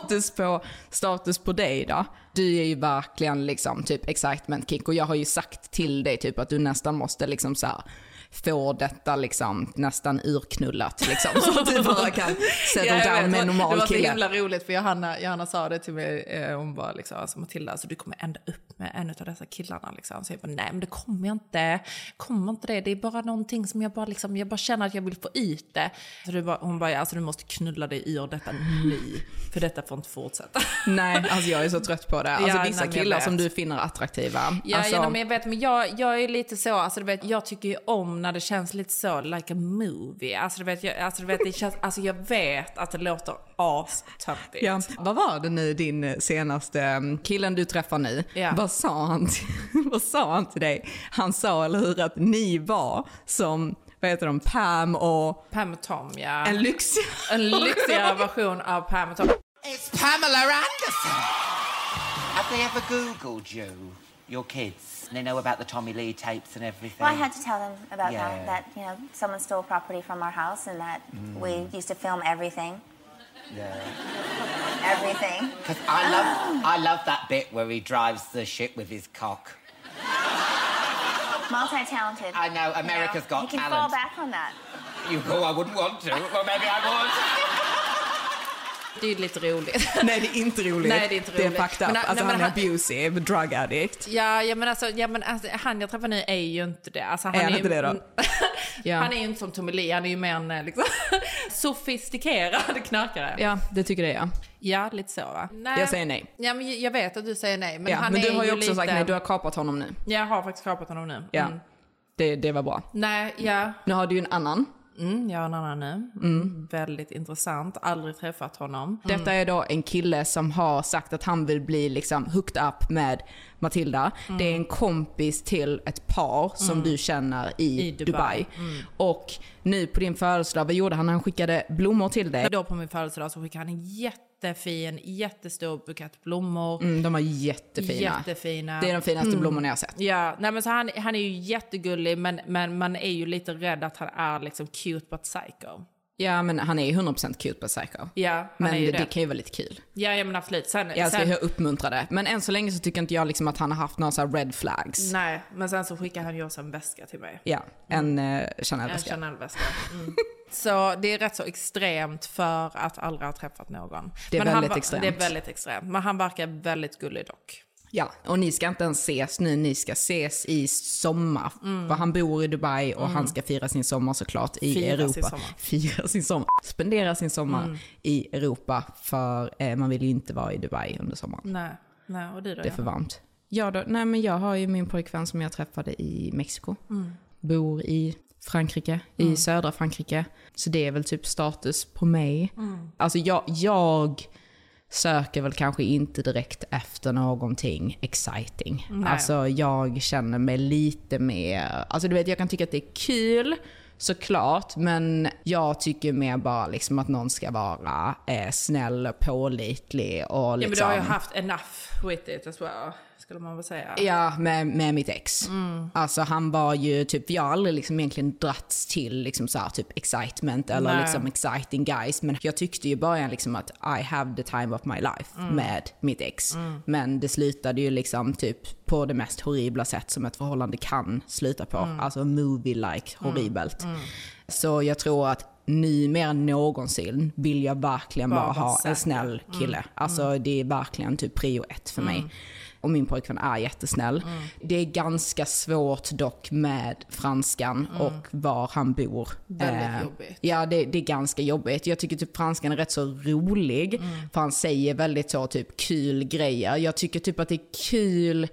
status på dig då. Du är ju verkligen liksom typ excitement kick, och jag har ju sagt till dig typ att du nästan måste liksom så här få detta liksom nästan urknullat liksom, så att du bara kan sätta down med en normal kille. Det var så himla roligt för Johanna sa det till mig, hon bara liksom, alltså Matilda, alltså du kommer ända upp med en av dessa killarna liksom. Så jag bara, nej men det kommer jag inte. Det är bara någonting som jag bara känner att jag vill få ut det. Så hon bara, alltså du måste knulla dig ur detta nu, för detta får inte fortsätta. Nej, alltså jag är så trött på det. Alltså vissa killar som du finner attraktiva. Ja, alltså, men jag vet, men jag är lite så, alltså du vet, jag tycker ju om när det känns lite så like a movie. Alltså det känns, alltså jag vet att det låter as-töppigt. Ja. Vad var det nu din senaste killen du träffar nu? Ja. Vad sa han till dig? Han sa, eller hur, att ni var som, vad heter de, Pam och Tom, ja. En lyxigare version av Pam och Tom. It's Pamela Anderson. Have they ever Googled you, your kids? They know about the Tommy Lee tapes and everything. Well, I had to tell them about that you know, someone stole property from our house and that we used to film everything. Yeah. Everything. Because I love that bit where he drives the ship with his cock. Multi-talented. I know, America's Got Talent. You can fall back on that. I wouldn't want to. Well, maybe I would. Det är ju lite roligt. Nej, det är inte roligt. Det är fucked up. Alltså han är abusive, drug addict. Ja, men alltså han jag träffar nu är ju inte det. Alltså, han är inte det då? Ja. Han är ju inte som Tommy Lee, han är ju mer en liksom, sofistikerad knarkare. Ja, det tycker det är. Ja, lite så va? Nej. Jag säger nej. Ja, men jag vet att du säger nej. Men, men du har ju också sagt nej, du har kapat honom nu. Jag har faktiskt kapat honom nu. Ja, det var bra. Nej, ja. Nu har du ju en annan. Jag har en annan nu. Väldigt intressant. Aldrig träffat honom. Detta är då en kille som har sagt att han vill bli liksom hooked up med Matilda. Det är en kompis till ett par som du känner i Dubai. Och nu på din födelsedag, vad gjorde han? Han skickade blommor till dig. Då på min födelsedag så skickade han en jättestor bukett blommor. De var jättefina. Det är de finaste blommorna jag har sett. Ja, nej, men så han är ju jättegullig, men man är ju lite rädd att han är liksom cute but psycho. Ja, men han är ju 100% cute but psycho. Ja, men det kan ju vara lite kul. Ja, men absolut. Jag ska uppmuntra det. Men än så länge så tycker inte jag liksom att han har haft några så här red flags. Nej, men sen så skickar han ju också en väska till mig. Ja, en Chanel-väska. En Chanel-väska. Så det är rätt så extremt för att aldrig ha träffat någon. Det är väldigt extremt. Det är väldigt extremt. Men han verkar väldigt gullig dock. Ja, och ni ska inte ens ses nu, ni ska ses i sommar. För han bor i Dubai och han ska fira sin sommar såklart i Europa. Fira sin sommar. Spendera sin sommar i Europa, för man vill ju inte vara i Dubai under sommaren. Nej, och det är för varmt. Ja, nej, men jag har ju min pojkvän som jag träffade i Mexiko. Bor i Frankrike, i södra Frankrike. Så det är väl typ status på mig. Alltså jag söker väl kanske inte direkt efter någonting exciting. Alltså jag känner mig lite mer, alltså du vet, jag kan tycka att det är kul såklart, men jag tycker mer bara liksom att någon ska vara snäll och pålitlig och liksom... Ja, men du har ju haft enough with it as well, skulle man väl säga. Ja, med mitt ex. Alltså han var ju typ, jag har aldrig liksom egentligen dratts till liksom så här, typ excitement eller liksom exciting guys, men jag tyckte ju början liksom att I have the time of my life med mitt ex. Men det slutade ju liksom typ på det mest horribla sätt som ett förhållande kan sluta på. Alltså movie-like horribelt. Så jag tror att nu mer än någonsin vill jag verkligen bara ha en snäll kille. Alltså det är verkligen typ prio 1 för mig. Och min pojkvän är jättesnäll. Det är ganska svårt dock med franskan och var han bor. Väldigt jobbigt. Ja, det är ganska jobbigt. Jag tycker typ franskan är rätt så rolig. För han säger väldigt så typ kul grejer. Jag tycker typ att det är kul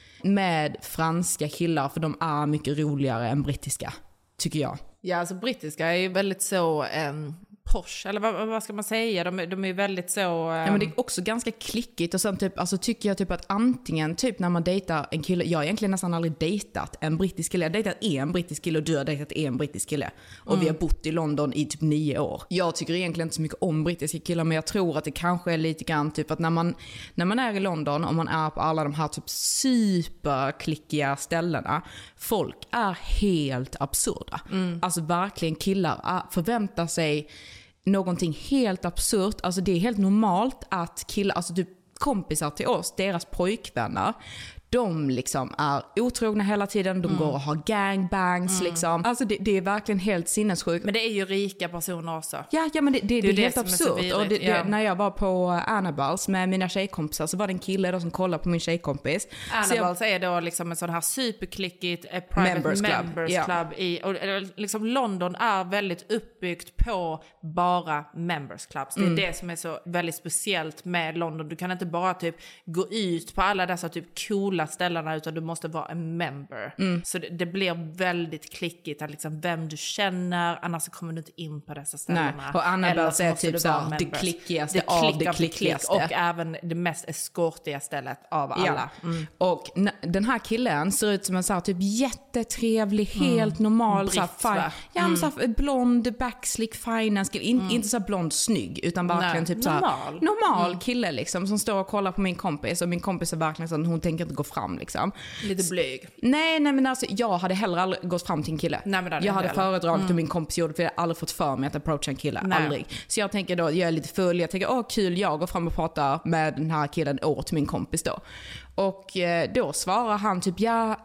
med franska killar, för de är mycket roligare än brittiska, tycker jag. Ja, alltså brittiska är ju väldigt så posh, eller vad ska man säga? De är väldigt så... Ja, men det är också ganska klickigt, och sen typ, alltså tycker jag typ att antingen typ när man dejtar en kille, jag har egentligen nästan aldrig dejtat en brittisk kille. Jag har dejtat en brittisk kille och du har dejtat en brittisk kille. Och vi har bott i London i typ 9 år. Jag tycker egentligen inte så mycket om brittiska killar, men jag tror att det kanske är lite grann typ att när man är i London och man är på alla de här typ superklickiga ställena, folk är helt absurda. Alltså verkligen, killar förväntar sig någonting helt absurt. Alltså det är helt normalt att killar, alltså typ kompisar till oss, deras pojkvänner, de liksom är otrogna hela tiden, de går och har gangbangs liksom. Alltså det är verkligen helt sinnessjukt. Men det är ju rika personer också. Ja, men det är helt absurt. Och när jag var på Annabels med mina tjejkompisar så var det en kille då som kollade på min tjejkompis. Annabels är då liksom en sån här superklickigt private members club och liksom London är väldigt uppbyggt på bara members clubs. Det är det som är så väldigt speciellt med London. Du kan inte bara typ gå ut på alla dessa typ coola ställena, utan du måste vara en member. Så det blir väldigt klickigt att liksom vem du känner, annars kommer du inte in på dessa ställena. Nej. Och Annabels är typ så det klickigaste av det klickigaste. Och även det mest eskortiga stället av alla. Och den här killen ser ut som en så här typ jättetrevlig, helt normal Britt, så här, men så här, blond, backslick, finance kille. Inte så här blond snygg, utan verkligen typ så här normal kille liksom, som står och kollar på min kompis, och min kompis är verkligen så att hon tänker inte gå fram liksom. Lite blyg. Nej, men alltså jag hade hellre aldrig gått fram till en kille. Jag hade föredragit min kompis gjorde, för jag hade aldrig fått för mig att approacha en kille. Aldrig. Så jag tänker då, jag är lite full, jag tänker kul, jag går fram och pratar med den här killen åt min kompis då. Och då svarar han typ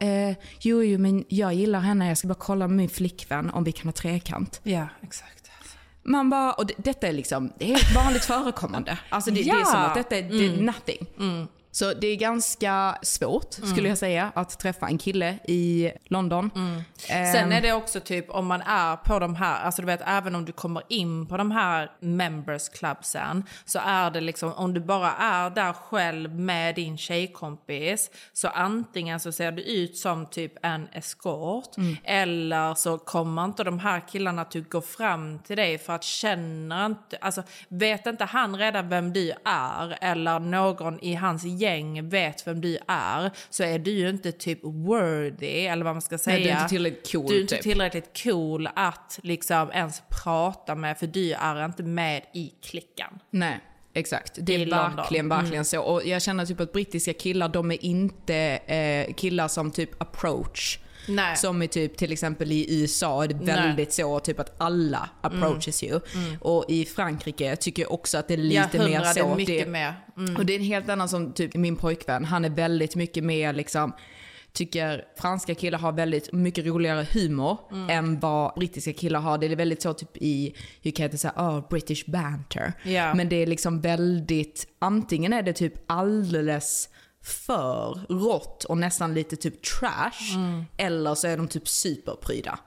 jo, men jag gillar henne, jag ska bara kolla med min flickvän om vi kan ha trekant. Ja, exakt. Man bara, och detta är liksom, det är helt vanligt förekommande. Alltså det är som att detta är nothing. Så det är ganska svårt, skulle jag säga, att träffa en kille i London. Sen är det också typ, om man är på de här, alltså du vet, även om du kommer in på de här members clubsen, så är det liksom, om du bara är där själv med din tjejkompis, så antingen så ser du ut som typ en eskort, eller så kommer inte de här killarna att gå fram till dig för att känna inte, alltså vet inte han redan vem du är, eller någon i hans gäng vet vem du är, så är du ju inte typ worthy, eller vad man ska säga. Nej, du är inte tillräckligt cool. Du är inte tillräckligt cool att liksom ens prata med, för du är inte med i klicken. Nej, exakt. Det är verkligen så. Och jag känner typ att brittiska killar, de är inte killar som typ approach. Nej. Som är typ till exempel i USA är det väldigt så typ att alla approaches you. Och i Frankrike tycker jag också att det är lite mer så. Det är mycket mer. Och det är en helt annan som typ min pojkvän. Han är väldigt mycket mer liksom, tycker franska killar har väldigt mycket roligare humor än vad brittiska killar har. Det är väldigt så typ i, hur kan jag säga, British banter. Yeah. Men det är liksom väldigt, antingen är det typ alldeles för rått och nästan lite typ trash, eller så är de typ superpryda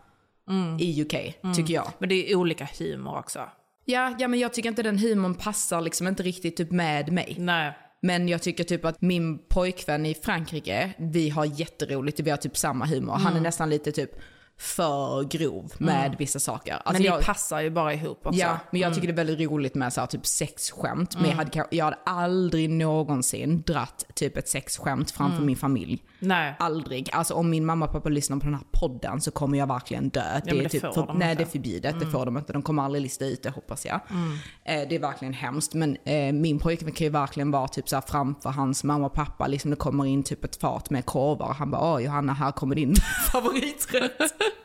i UK, tycker jag. Men det är olika humor också. Ja, men jag tycker inte den humorn passar liksom inte riktigt typ med mig. Nej. Men jag tycker typ att min pojkvän i Frankrike, vi har jätteroligt, vi har typ samma humor. Han är nästan lite typ för grov med vissa saker. Alltså men det passar ju bara ihop också. Ja, men jag tycker det är väldigt roligt med så här, typ sexskämt. Men jag hade aldrig någonsin dratt typ ett sexskämt framför min familj. Nej. Aldrig. Alltså om min mamma och pappa lyssnar på den här podden så kommer jag verkligen dö. Ja, det är typ de nej, det är förbjudet. Det får de inte. De kommer aldrig lista ut det, hoppas jag. Det är verkligen hemskt. Men min pojke kan ju verkligen vara typ så här framför hans mamma och pappa. Liksom det kommer in typ ett fat med korvar. Han bara, Johanna, här kommer din favoriträtt.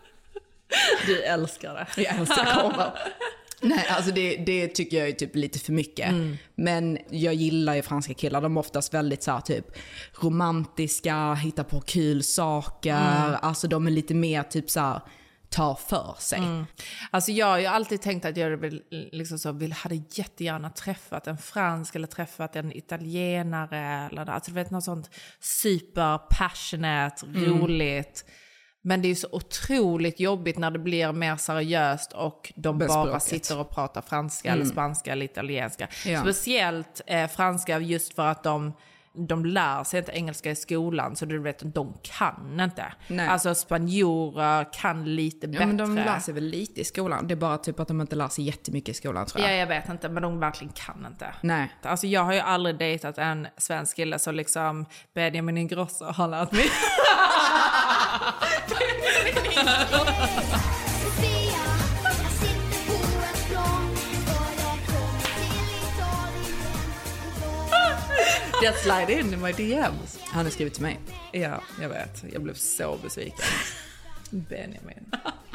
Du älskar det. Jag älskar korvar. Nej, alltså det tycker jag är typ lite för mycket. Men jag gillar ju franska killar. De är oftast väldigt så här, typ romantiska, hittar på kul saker. Alltså de är lite mer typ så här, tar för sig. Alltså jag har ju alltid tänkt att jag liksom hade jättegärna träffat en fransk eller träffat en italienare eller alltså du vet något sånt super passionate, roligt. Men det är ju så otroligt jobbigt när det blir mer seriöst och de bara sitter och pratar franska eller spanska eller italienska. Ja. Speciellt franska just för att de lär sig inte engelska i skolan, så du vet, de kan inte. Nej. Alltså spanjorer kan lite bättre. Men de lär sig väl lite i skolan. Det är bara typ att de inte lär sig jättemycket i skolan, tror jag. Ja, jag vet inte, men de verkligen kan inte. Nej. Alltså jag har ju aldrig dejtat en svensk kille så liksom Benjamin Ingrosso har lärt mig. Just slide in my DMs. Han har skrivit till mig. Ja, jag vet. Jag blev så besviken. Benjamin.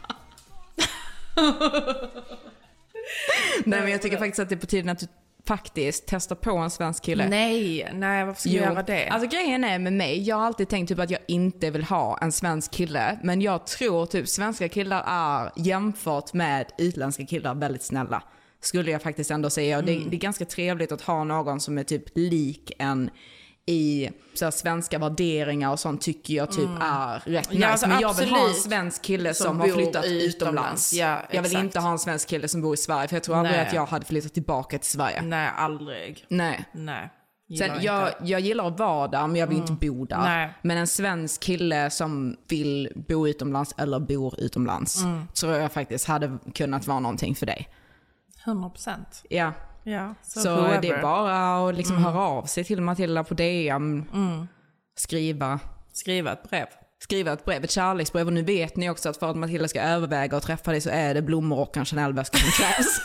Nej, men jag tycker faktiskt att det är på tiden att du faktiskt testar på en svensk kille. Nej, varför ska jag göra det? Alltså grejen är med mig, jag har alltid tänkt typ att jag inte vill ha en svensk kille. Men jag tror typ svenska killar är jämfört med utländska killar väldigt snälla. Skulle jag faktiskt ändå säga. Och det är ganska trevligt att ha någon som är typ lik en i så här, svenska värderingar och sånt tycker jag typ är rätt nice. Alltså, men jag vill ha en svensk kille som har flyttat utomlands. Ja, jag vill inte ha en svensk kille som bor i Sverige, för jag tror aldrig att jag hade flyttat tillbaka till Sverige. Nej, aldrig. Nej. Sen jag gillar att vara där, men jag vill inte bo där. Nej. Men en svensk kille som vill bo utomlands eller bor utomlands tror jag faktiskt hade kunnat vara någonting för dig. 100%. Ja. Ja, så det är bara att liksom höra av sig till Matilda på DM. Skriva ett brev. Skriva ett brev, ett kärleksbrev. Och nu vet ni också att för att Matilda ska överväga och träffa dig så är det blommor och en Chanel-väska som krävs.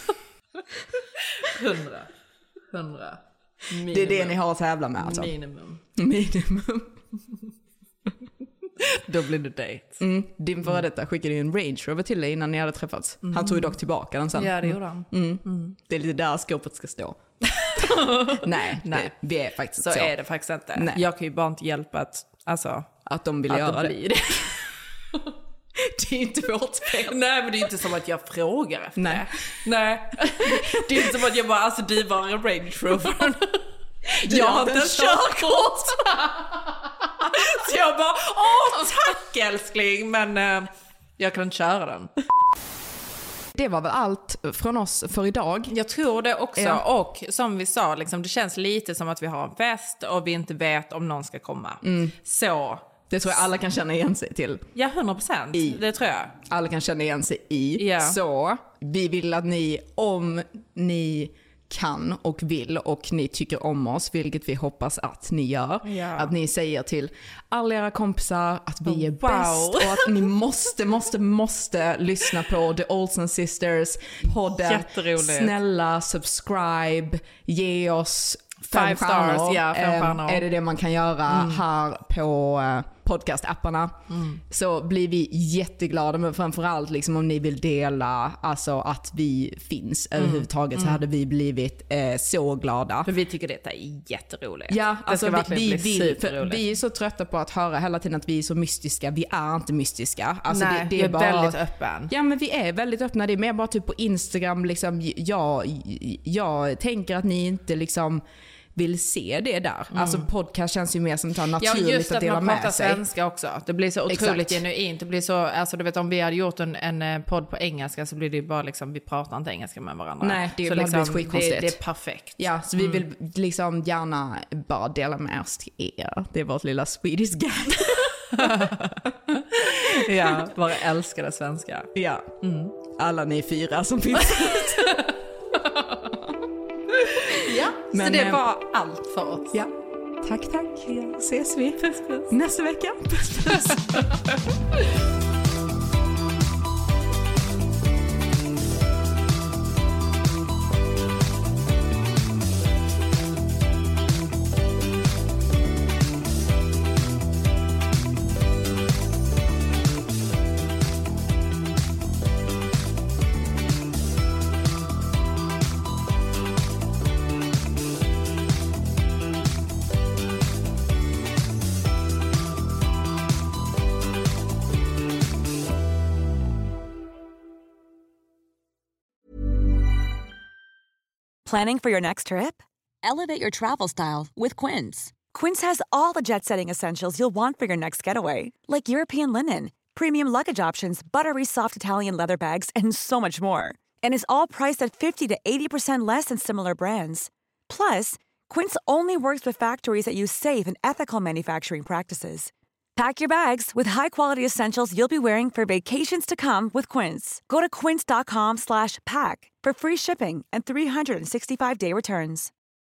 100. Det är det ni har att tävla med alltså. Minimum. Då blir det dejt. Din före detta skickade ju en Range Rover till dig innan ni hade träffats. Han tog ju dock tillbaka den sen. Ja, det gjorde han. Det är lite där skåpet ska stå. Nej. Vi är faktiskt så. Så är det faktiskt inte. Nej. Jag kan ju bara inte hjälpa att de vill göra det. Det är inte vårt fel. Nej, men det är inte som att jag frågar efter det. Nej. Det är inte som att jag bara, du var en Range Rover. Jag har inte körkort. Så jag bara, tack älskling, men jag kan inte köra den. Det var väl allt från oss för idag. Jag tror det också. Ja. Och som vi sa, liksom, det känns lite som att vi har en fest och vi inte vet om någon ska komma. Så... Det tror jag alla kan känna igen sig till. Ja, 100%. Det tror jag. Alla kan känna igen sig i. Ja. Så vi vill att ni, om ni kan och vill och ni tycker om oss, vilket vi hoppas att ni gör, att ni säger till alla era kompisar att vi är bäst och att ni måste lyssna på The Olsen Sisters podden. Jätteroligt. Snälla subscribe, ge oss 5 stars, ja, 5 stjärnor. Är det man kan göra här på podcast-apparna, så blir vi jätteglada. Men framförallt liksom, om ni vill dela, alltså att vi finns överhuvudtaget, så hade vi blivit så glada. För vi tycker detta är jätteroligt. Ja, alltså vi vi är så trötta på att höra hela tiden att vi är så mystiska. Vi är inte mystiska. Alltså, nej, det är bara, väldigt öppen. Ja, men vi är väldigt öppna. Det är mer bara typ på Instagram liksom, jag tänker att ni inte liksom vill se det där. Alltså podcast känns ju mer som att naturligt att dela med sig. Ja, just att man pratar svenska också. Det blir så otroligt genuint. Det blir så, alltså du vet, om vi hade gjort en podd på engelska så blir det ju bara liksom, vi pratar inte engelska med varandra. Nej, det så liksom, blir skitkonstigt. Det är perfekt. Ja, så vi vill liksom gärna bara dela med oss till er. Det är vårt lilla Swedish gang. Ja, bara älskar det svenska. Ja. Alla ni 4 som finns. Ja, men, så det var allt för oss. Ja. Tack. Ja, ses vi nästa vecka. Puss. Planning for your next trip? Elevate your travel style with Quince. Quince has all the jet-setting essentials you'll want for your next getaway, like European linen, premium luggage options, buttery soft Italian leather bags, and so much more. And is all priced at 50 to 80% less than similar brands. Plus, Quince only works with factories that use safe and ethical manufacturing practices. Pack your bags with high-quality essentials you'll be wearing for vacations to come with Quince. Go to quince.com/pack for free shipping and 365-day returns.